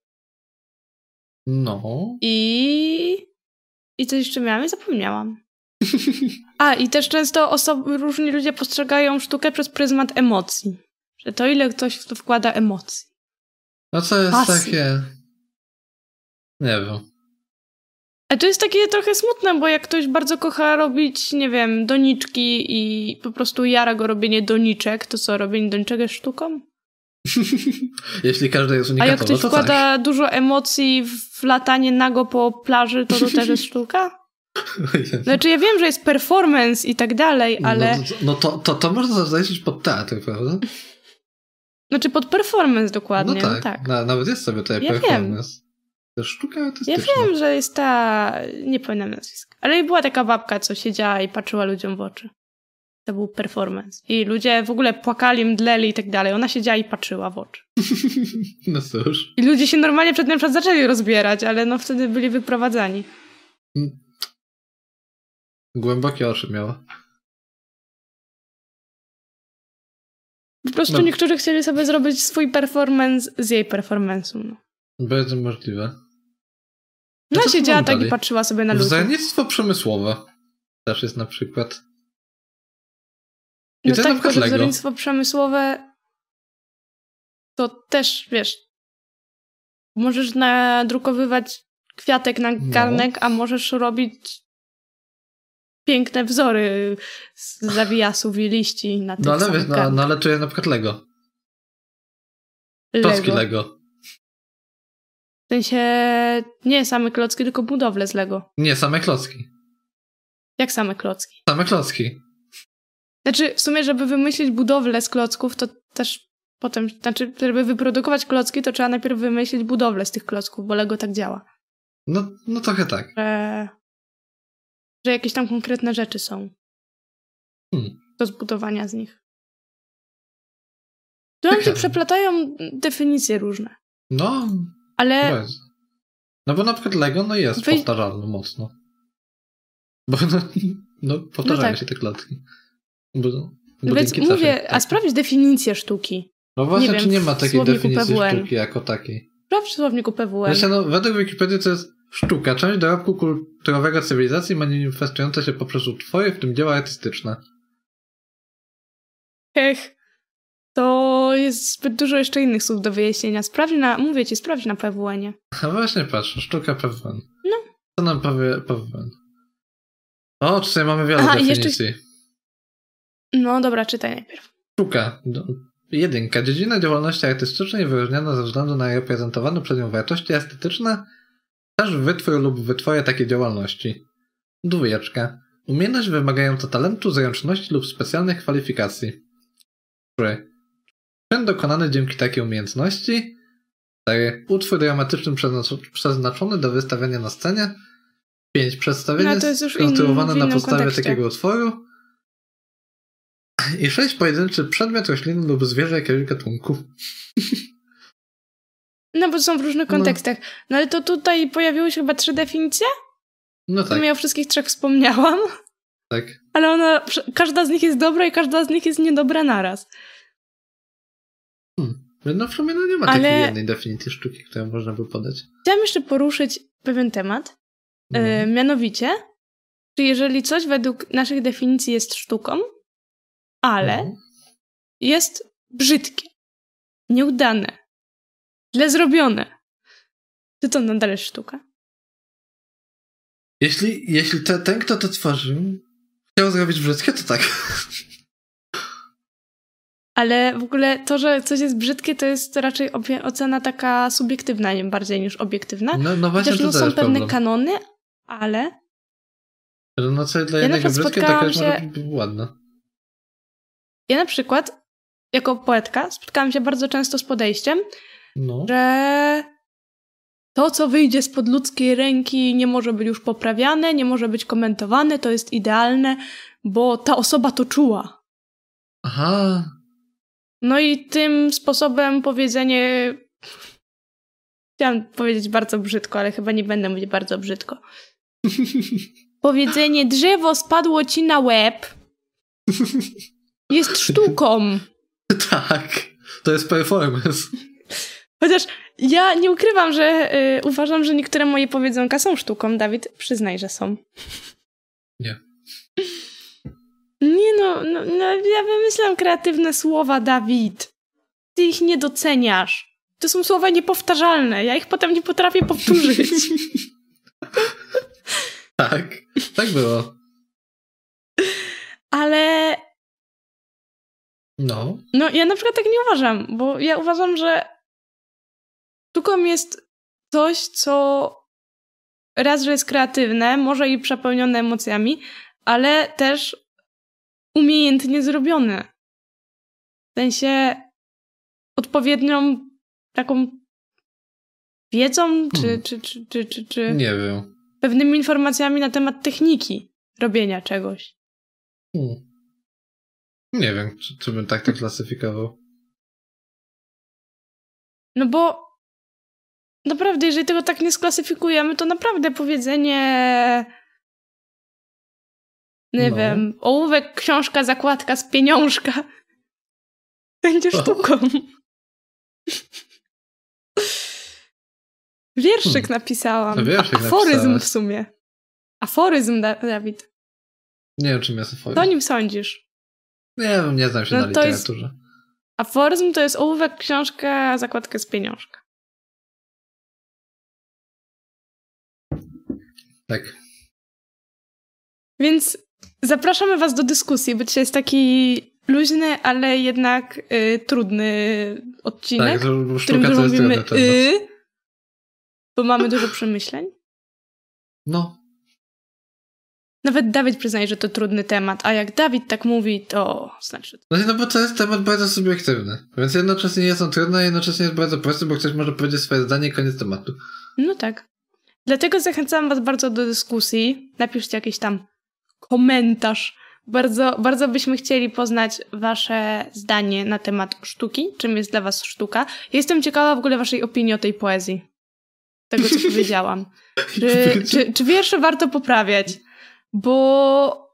I coś jeszcze miałam i zapomniałam. I też często różni ludzie postrzegają sztukę przez pryzmat emocji. Że to ile ktoś w to wkłada emocji. No co jest takie... Nie wiem. A to jest takie trochę smutne, bo jak ktoś bardzo kocha robić, nie wiem, doniczki i po prostu jara go robienie doniczek, to co, robienie doniczek jest sztuką? Jeśli każdy jest unikatowy, a jak ktoś wkłada dużo emocji w latanie nago po plaży, to też jest sztuka? Znaczy ja wiem, że jest performance i tak dalej, ale... To można zaliczyć pod teatr, prawda? Znaczy pod performance dokładnie. No tak. Nawet jest sobie tutaj performance. Wiem. To jest sztuka artystyczna. Ja wiem, że jest nie pamiętam nazwiska. Ale była taka babka, co siedziała i patrzyła ludziom w oczy. To był performance. I ludzie w ogóle płakali, mdleli i tak dalej. Ona siedziała i patrzyła w oczy. No cóż. I ludzie się normalnie przed tym zaczęli rozbierać, ale wtedy byli wyprowadzani. Głębokie oczy miała. Po prostu niektórzy chcieli sobie zrobić swój performance z jej performance'u. Bardzo możliwe. Siedziała tak i patrzyła sobie na ludzi. Wzajemnictwo przemysłowe też jest na przykład. I tak, to wzajemnictwo przemysłowe to też, wiesz, możesz nadrukowywać kwiatek na garnek, a możesz robić piękne wzory z zawijasów i liści na tych ale tu jest na przykład Lego. Klocki Lego. W sensie nie same klocki, tylko budowle z Lego. Nie, same klocki. Jak same klocki? Same klocki. Znaczy, w sumie, żeby wymyślić budowlę z klocków, to też potem, żeby wyprodukować klocki, to trzeba najpierw wymyślić budowlę z tych klocków, bo Lego tak działa. No trochę tak. Że jakieś tam konkretne rzeczy są do zbudowania z nich. Tu nam się przeplatają definicje różne. Ale... bo na przykład Lego jest powtarzalne mocno. Bo powtarzają się te klocki. Więc mówię, a sprawdź definicję sztuki. No właśnie, czy nie ma takiej definicji sztuki jako takiej? Sprawdź w słowniku PWN. Według Wikipedii to jest sztuka, część dorobku kulturowego cywilizacji manifestująca się poprzez utwory, w tym dzieła artystyczne. To jest zbyt dużo jeszcze innych słów do wyjaśnienia. Sprawdź na PWN-ie. A właśnie patrz, sztuka PWN. Co nam powie PWN? Tutaj mamy wiele definicji. Dobra, czytaj najpierw. Sztuka. 1. Dziedzina działalności artystycznej wyróżniana ze względu na reprezentowane przez nią wartości estetyczne, też wytwór lub wytwory takiej działalności. 2. Umiejętność wymagająca talentu, zręczności lub specjalnych kwalifikacji. 3. Czyn dokonany dzięki takiej umiejętności. 4. Utwór dramatyczny przeznaczony do wystawiania na scenie. 5. Przedstawienie skonstruowane na podstawie takiego utworu. I 6. Pojedynczy przedmiot, rośliny lub zwierzę jakiegoś gatunku. Bo to są w różnych kontekstach. Ale to tutaj pojawiły się chyba 3 definicje? Tak. Ja o wszystkich 3 wspomniałam. Tak. Ale każda z nich jest dobra i każda z nich jest niedobra naraz. W sumie nie ma takiej jednej definicji sztuki, którą można by podać. Chciałam jeszcze poruszyć pewien temat. Mianowicie, czy jeżeli coś według naszych definicji jest sztuką, ale jest brzydkie, nieudane, źle zrobione, Czy to nadal jest sztuka? Jeśli ten, kto to tworzył, chciał zrobić brzydkie, to tak. Ale w ogóle to, że coś jest brzydkie, to jest raczej ocena taka subiektywna, nie bardziej niż obiektywna. No właśnie, chociaż to są jest pewne problem. kanony, ale... No co dla jednego brzydkie, to może być ładne. Ja na przykład, jako poetka, spotkałam się bardzo często z podejściem, że to, co wyjdzie spod ludzkiej ręki, nie może być już poprawiane, nie może być komentowane, to jest idealne, bo ta osoba to czuła. Aha. No i tym sposobem powiedzenie... Chciałam powiedzieć bardzo brzydko, ale chyba nie będę mówić bardzo brzydko. Powiedzenie drzewo spadło ci na łeb jest sztuką. Tak, to jest performance. Chociaż ja nie ukrywam, że uważam, że niektóre moje powiedzonka są sztuką. Dawid, przyznaj, że są. Nie. Nie no, ja wymyślam kreatywne słowa, Dawid. Ty ich nie doceniasz. To są słowa niepowtarzalne. Ja ich potem nie potrafię powtórzyć. Tak było. Ale... No, ja na przykład tak nie uważam, bo ja uważam, że sztuką jest coś, co raz, że jest kreatywne, może i przepełnione emocjami, ale też umiejętnie zrobione. W sensie odpowiednią taką wiedzą, czy nie wiem. pewnymi informacjami na temat techniki robienia czegoś. Nie wiem, czy bym tak to klasyfikował. No bo naprawdę, jeżeli tego tak nie sklasyfikujemy, to naprawdę powiedzenie nie wiem, ołówek, książka, zakładka z pieniążka będzie sztuką. Wierszyk napisałam. Aforyzm w sumie. Aforyzm, Dawid. Nie wiem, czym jest aforyzm. Co o nim sądzisz? Nie wiem, nie znam się na literaturze. Aforyzm to jest ołówek, książka, zakładka z pieniążka. Tak. Więc zapraszamy was do dyskusji, bo dzisiaj jest taki luźny, ale jednak trudny odcinek, tak, w którym dużo mówimy bo mamy dużo przemyśleń. No. Nawet Dawid przyznaje, że to trudny temat, a jak Dawid tak mówi, to znaczy... No bo to jest temat bardzo subiektywny, więc jednocześnie nie jest on trudny, a jednocześnie jest bardzo prosty, bo ktoś może powiedzieć swoje zdanie i koniec tematu. No tak. Dlatego zachęcam was bardzo do dyskusji. Napiszcie jakiś tam komentarz. Bardzo, bardzo byśmy chcieli poznać wasze zdanie na temat sztuki. Czym jest dla was sztuka. Ja jestem ciekawa w ogóle waszej opinii o tej poezji. Tego, co powiedziałam. Czy wiersze warto poprawiać? Bo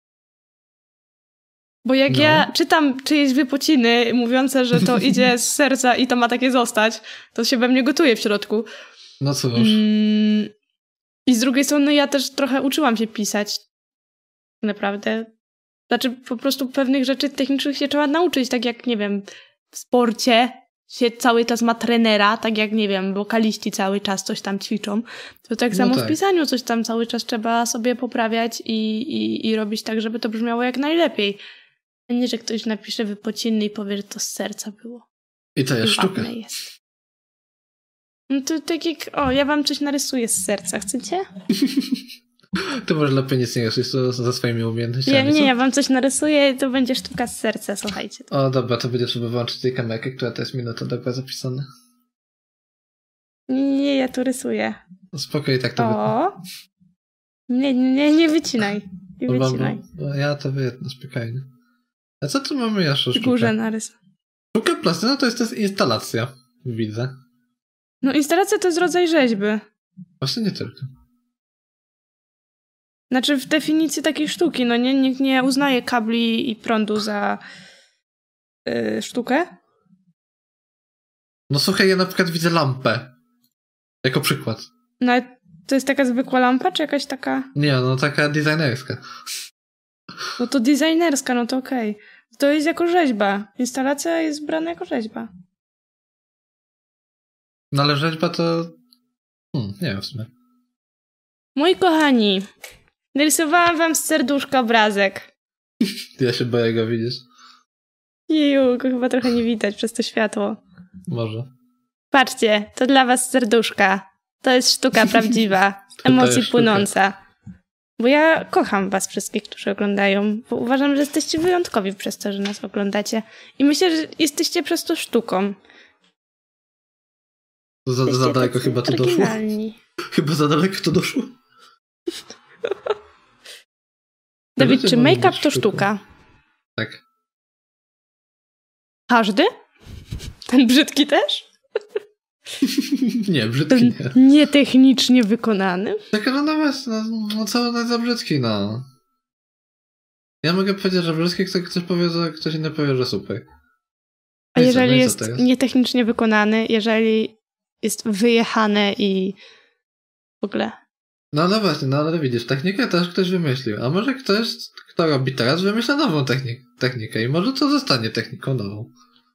jak ja czytam czyjeś wypociny mówiące, że to idzie z serca i to ma takie zostać, to się we mnie gotuje w środku. No cóż. I z drugiej strony ja też trochę uczyłam się pisać. Naprawdę. Znaczy po prostu pewnych rzeczy technicznych się trzeba nauczyć, tak jak, nie wiem, w sporcie się cały czas ma trenera, tak jak, nie wiem, wokaliści cały czas coś tam ćwiczą. To tak samo w pisaniu coś tam cały czas trzeba sobie poprawiać i robić tak, żeby to brzmiało jak najlepiej. A nie, że ktoś napisze wypociny i powie, że to z serca było. I to jest sztuka. Jest. No to tak jak... ja wam coś narysuję z serca. Chcecie? To może lepiej nic nie rysuj ze swoimi umiejętnościami. Ja wam coś narysuję i to będzie sztuka z serca, słuchajcie. O, dobra, to będzie trzeba wyłączyć tej kamerkę, która to jest minuta dobra zapisana. Nie, ja tu rysuję. Spokojnie, tak to wytnę. Nie wycinaj. Nie wycinaj. Ja to wytnę, spokojnie. A co tu mamy jeszcze sztukę? Górze narys. Sztuka plastyczna to jest instalacja, widzę. No instalacja to jest rodzaj rzeźby. Właśnie nie tylko. Znaczy w definicji takiej sztuki, no nikt nie uznaje kabli i prądu za sztukę. No słuchaj, ja na przykład widzę lampę. Jako przykład. No to jest taka zwykła lampa, czy jakaś taka... Nie, no taka designerska. No to designerska, no to okej. To jest jako rzeźba. Instalacja jest brana jako rzeźba. No ale rzeźba to Nie wiem w sumie. Moi kochani, narysowałam wam z serduszka obrazek. Ja się boję go widzieć. Jeju, go chyba trochę nie widać przez to światło. Może. Patrzcie, to dla was serduszka. To jest sztuka prawdziwa, emocji płynąca. Bo ja kocham was wszystkich, którzy oglądają, bo uważam, że jesteście wyjątkowi przez to, że nas oglądacie. I myślę, że jesteście przez to sztuką. Za daleko chyba to doszło. Chyba za daleko to doszło. Dawid, czy make-up to sztuka? Tak. Każdy? Ten brzydki też? Nie, brzydki nie. Nietechnicznie wykonany? Tak, no właśnie, no cały za brzydki, no. Ja mogę powiedzieć, że brzydki, ktoś powie, że ktoś inny powie, że super. A jeżeli jest nietechnicznie wykonany, jeżeli jest wyjechany i w ogóle... No właśnie, no ale widzisz, technikę też ktoś wymyślił. A może ktoś, kto robi teraz, wymyśla nową technikę i może to zostanie techniką nową.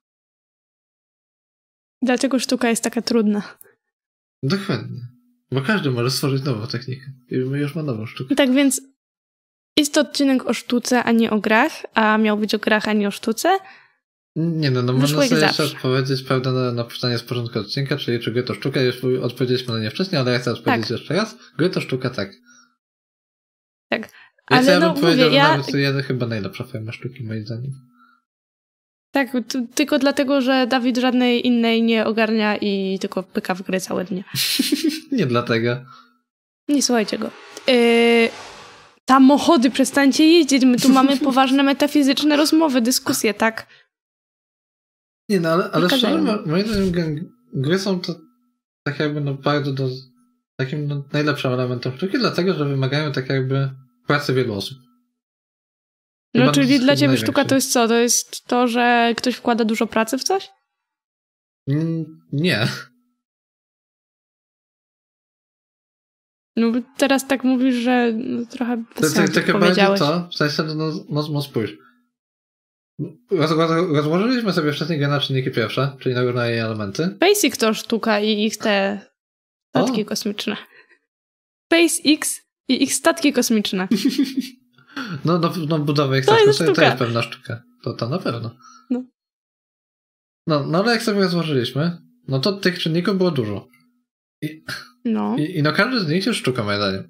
Dlaczego sztuka jest taka trudna? Dokładnie. Bo każdy może stworzyć nową technikę. I już ma nową sztukę. Tak więc jest to odcinek o sztuce, a nie o grach, a miał być o grach, a nie o sztuce. Nie no można sobie jeszcze odpowiedzieć prawda, na pytanie z porządku odcinka, czyli czy gry to sztuka. Już odpowiedzieliśmy na nie wcześniej, ale ja chcę odpowiedzieć jeszcze raz. Gry to sztuka, tak. Tak. Ale ja bym powiedział, że nawet chyba najlepsza forma sztuki, moim zdaniem. Tak, tylko dlatego, że Dawid żadnej innej nie ogarnia i tylko pyka w gry całe dnie. Nie dlatego. Nie słuchajcie go. Samochody, przestańcie jeździć. My tu mamy poważne metafizyczne rozmowy, dyskusje, tak? Nie no, ale szczerze, moim zdaniem gry są to tak jakby bardzo takim najlepszym elementem sztuki, dlatego, że wymagają tak jakby pracy wielu osób. No, czyli dla ciebie sztuka to jest co? To jest to, że ktoś wkłada dużo pracy w coś? Nie. No teraz tak mówisz, że trochę bez sensu takie powiedziałeś. To, w sensie, no spójrz. Rozłożyliśmy sobie wcześniej grę na czynniki pierwsze, czyli na różne jej elementy. SpaceX to sztuka i ich te statki kosmiczne. SpaceX i ich statki kosmiczne. No budowa ich statków to jest pewna sztuka. To na pewno. No ale jak sobie rozłożyliśmy, no to tych czynników było dużo. I każdy z nich jest sztuką, moim zdaniem.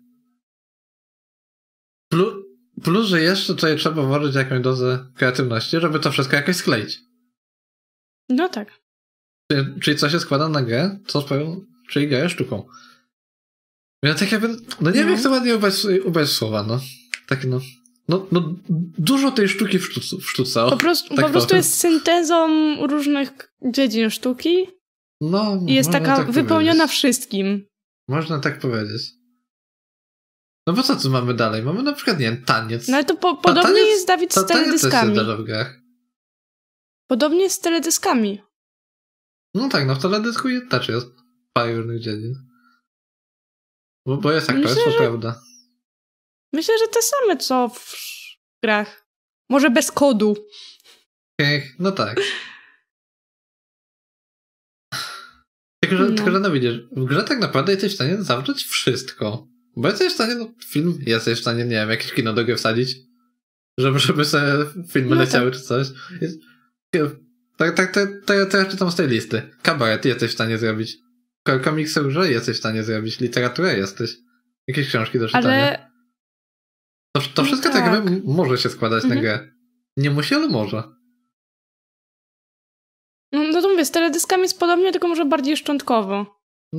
Plus, że jeszcze tutaj trzeba włożyć jakąś dozę kreatywności, żeby to wszystko jakoś skleić. No tak. Czyli co się składa na grę, czyli gra jest sztuką. Ja tak jakby, nie wiem jak to ładnie ubrać słowa, no. Tak no dużo tej sztuki w sztuce. Po prostu jest syntezą różnych dziedzin sztuki. No, i jest taka wypełniona wszystkim. Można tak powiedzieć. No bo co tu mamy dalej? Mamy na przykład, nie wiem, taniec. No ale to podobnie jest Dawid z teledyskami. Taniec w grach. Podobnie jest z teledyskami. No tak, no w teledysku też jest parę różnych dziedzin. Bo jest aktorstwo, prawda? Myślę, że te same co w grach. Może bez kodu. No tak. Tylko, że no widzisz, w grze tak naprawdę jesteś w stanie zawrzeć wszystko. Bo jesteś w stanie, film, jesteś w stanie, nie wiem, jakieś kino do gry wsadzić, żeby sobie filmy leciały czy coś. Tak ja czytam z tej listy. Kabaret jesteś w stanie zrobić. Komiksy w grze jesteś w stanie zrobić. Literaturę jesteś. Jakieś książki do czytania. Ale... To wszystko tak jakby może się składać na grę. Nie musi, ale może. No to mówię, z teledyskami jest podobnie, tylko może bardziej szczątkowo.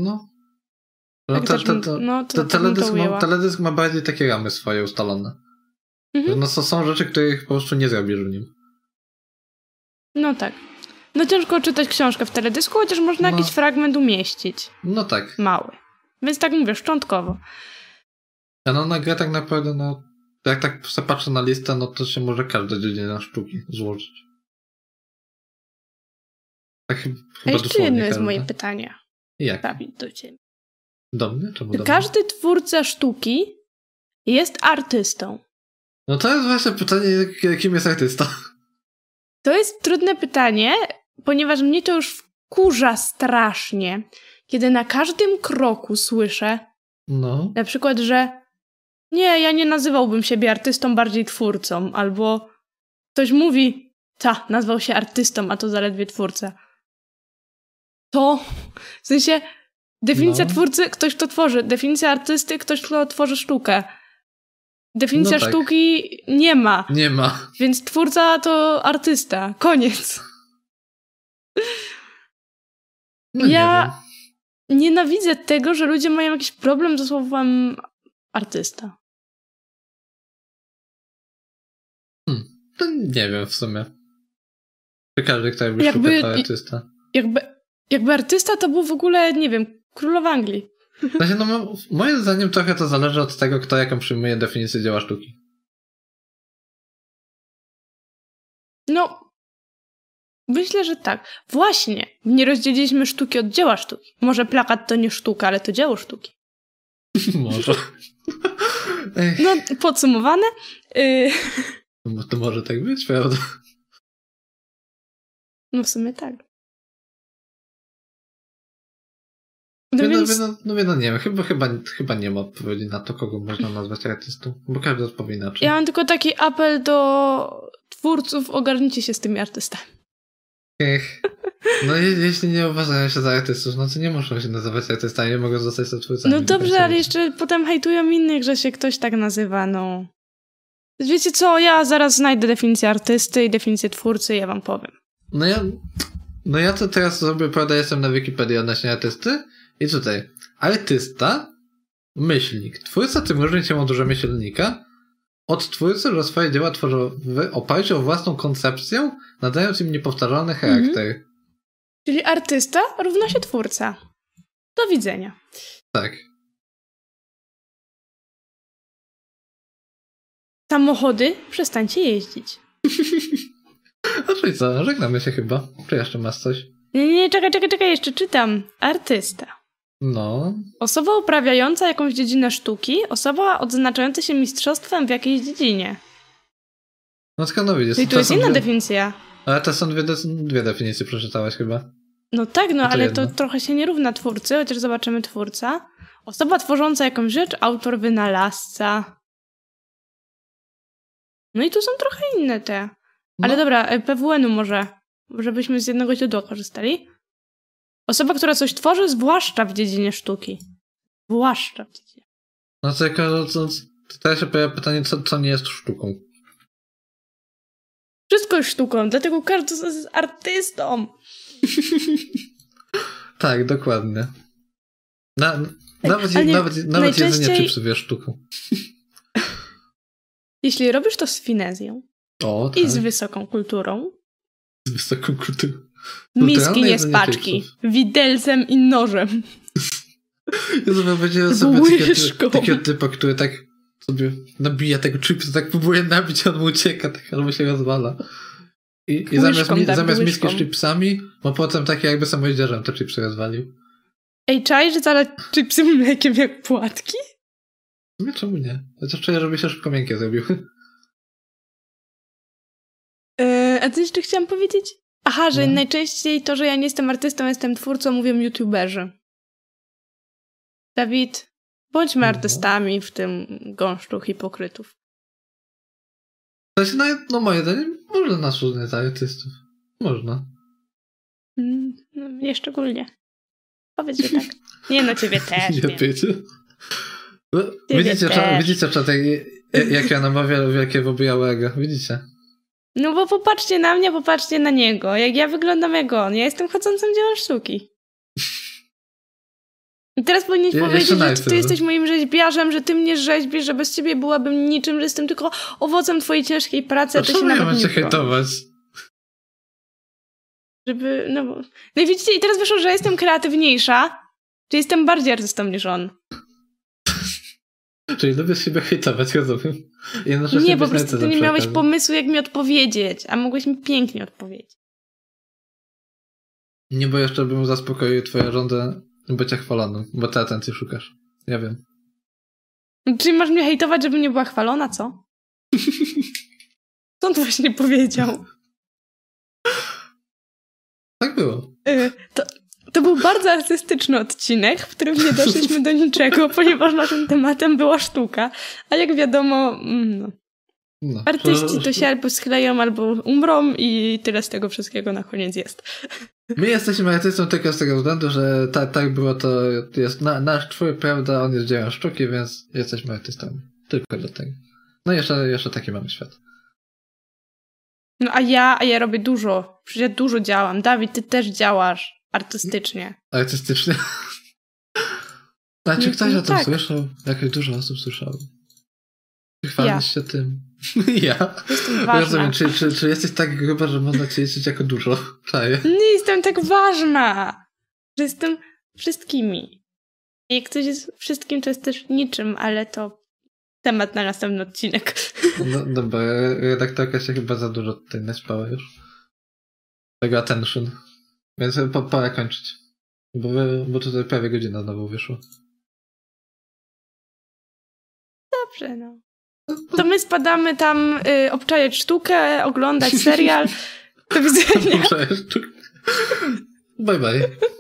Teledysk ma bardziej takie ramy swoje ustalone. No to są rzeczy, których po prostu nie zrobisz w nim. No tak. No ciężko czytać książkę w teledysku, chociaż można jakiś fragment umieścić. No tak. Mały. Więc tak mówię, szczątkowo. A na grę tak naprawdę, jak tak patrzę na listę, no to się może każda dziedzina sztuki złożyć. Tak chyba jeszcze jedno jest moje pytanie. Jak? Dawid, do ciebie. Do mnie? Czemu do mnie? Każdy twórca sztuki jest artystą. No to jest właśnie pytanie, kim jest artysta? To jest trudne pytanie, ponieważ mnie to już wkurza strasznie, kiedy na każdym kroku słyszę na przykład, że nie, ja nie nazywałbym siebie artystą, bardziej twórcą. Albo ktoś mówi, nazwał się artystą, a to zaledwie twórca. To, w sensie, definicja twórcy, ktoś kto tworzy. Definicja artysty, ktoś kto tworzy sztukę. Definicja sztuki nie ma. Nie ma. Więc twórca to artysta. Koniec. Ja nienawidzę tego, że ludzie mają jakiś problem ze słowem artysta. To nie wiem w sumie. Czy każdy, kto robi sztukę, to artysta. Jakby artysta to był w ogóle, nie wiem, królowa Anglii. Znaczy, moim zdaniem trochę to zależy od tego, kto jaką przyjmuje definicję dzieła sztuki. Myślę, że tak. Właśnie, nie rozdzieliliśmy sztuki od dzieła sztuki. Może plakat to nie sztuka, ale to dzieło sztuki. Może. Podsumowane. To może tak być, prawda? W sumie tak. Nie wiem, chyba nie ma odpowiedzi na to, kogo można nazwać artystą, bo każdy odpowie inaczej. Ja mam tylko taki apel do twórców, ogarnijcie się z tymi artystami. Jeśli nie uważają się za artystów, to nie muszą się nazywać artystami, nie mogą zostać twórcami. Dobrze, ale jeszcze potem hejtują innych, że się ktoś tak nazywa, Wiecie co, ja zaraz znajdę definicję artysty i definicję twórcy i ja wam powiem. Ja to teraz sobie, prawda, jestem na Wikipedii odnośnie artysty i tutaj artysta, myślnik. Twórca tym różni się od rzemieślnika od twórcy, że swoje dzieła tworzą w oparciu o własną koncepcję, nadając im niepowtarzalny charakter. Czyli artysta równa się twórca. Do widzenia. Tak. Samochody, przestańcie jeździć. Czyli co, żegnamy się chyba. Czy jeszcze masz coś? Nie, czekaj, jeszcze czytam. Artysta. Osoba uprawiająca jakąś dziedzinę sztuki, osoba odznaczająca się mistrzostwem w jakiejś dziedzinie. Widzisz. I to jest inna definicja. Ale to są dwie definicje, przeczytałaś chyba. Ale to trochę się nie równa twórcy, chociaż zobaczymy twórca. Osoba tworząca jakąś rzecz, autor, wynalazca. I tu są trochę inne te. Ale dobra, PWN-u może, żebyśmy z jednego źródła korzystali. Osoba, która coś tworzy, zwłaszcza w dziedzinie sztuki. Zwłaszcza w dziedzinie. To teraz się pojawia pytanie, co nie jest sztuką? Wszystko jest sztuką, dlatego każdy jest artystą. Tak, dokładnie. Nawet jedzenie chipsów jest sztuką. Jeśli robisz to z finezją i z wysoką kulturą. Z wysoką kulturą. Miski nie z paczki. Widelcem i nożem. Ja będziemy sobie takiego typa, który tak sobie nabija tego chipsa, tak próbuje nabić, on mu ucieka, tak albo się rozwala. I zamiast miski z chipsami, ma potem takie jakby samojeździarzem te chipsy rozwalił. Czaj, że zalać chipsy mlekiem jak płatki? Czemu nie? Chociaż czuję, żeby się szybko miękkie zrobił. A co jeszcze chciałam powiedzieć? Aha, że najczęściej to, że ja nie jestem artystą, jestem twórcą, mówią youtuberzy. Dawid, bądźmy artystami w tym gąszczu hipokrytów. Moje zdaniem można nas uznać za artystów. Można. Nie szczególnie. Powiedz, że tak. Nie, ciebie też. Widzicie czatek, jak ja namawiam wielkiego białego. Widzicie? Bo popatrzcie na mnie, popatrzcie na niego. Jak ja wyglądam jak on. Ja jestem chodzącym dziełem sztuki. I teraz powinieneś powiedzieć, że ty jesteś moim rzeźbiarzem, że ty mnie rzeźbisz, że bez ciebie byłabym niczym, że jestem tylko owocem twojej ciężkiej pracy, a ty się nawet nie hejtować? Żeby, i widzicie, i teraz wyszło, że jestem kreatywniejsza, czy jestem bardziej artystą niż on. Czyli lubisz siebie hejtować, rozumiem. Nie, po prostu ty nie miałeś pomysłu, jak mi odpowiedzieć, a mogłeś mi pięknie odpowiedzieć. Nie, bo jeszcze bym zaspokoił twoją żądę bycia chwalonym, bo ty atencji szukasz. Ja wiem. Czyli masz mnie hejtować, żebym nie była chwalona, co? Co on właśnie powiedział? Tak było. To był bardzo artystyczny odcinek, w którym nie doszliśmy do niczego, ponieważ naszym tematem była sztuka. A jak wiadomo, artyści to się albo schleją, albo umrą i tyle z tego wszystkiego na koniec jest. My jesteśmy artystą tylko z tego względu, że tak było, to jest nasz twój, prawda, on jest dziełem sztuki, więc jesteśmy artystami. Tylko dlatego. No i jeszcze taki mamy świat. No a ja robię dużo. Przecież ja dużo działam. Dawid, ty też działasz artystycznie. Artystycznie? Czy ktoś o tym słyszał? Jakoś dużo osób słyszało. Chwalisz się tym. Ja? Jestem ważna. Rozumiem, czy jesteś tak gruba, że można cię liczyć jako dużo? Czaję. Nie jestem tak ważna, że jestem wszystkimi. Jak ktoś jest wszystkim, to jest też niczym, ale to temat na następny odcinek. No dobra, redaktorka się chyba za dużo tutaj naćpała już. Tego attention. Więc pora kończyć. Bo tutaj prawie godzina znowu wyszło. Dobrze, no. To my spadamy tam obczajać sztukę, oglądać serial. Do widzenia. Obczajać sztukę. Bye bye.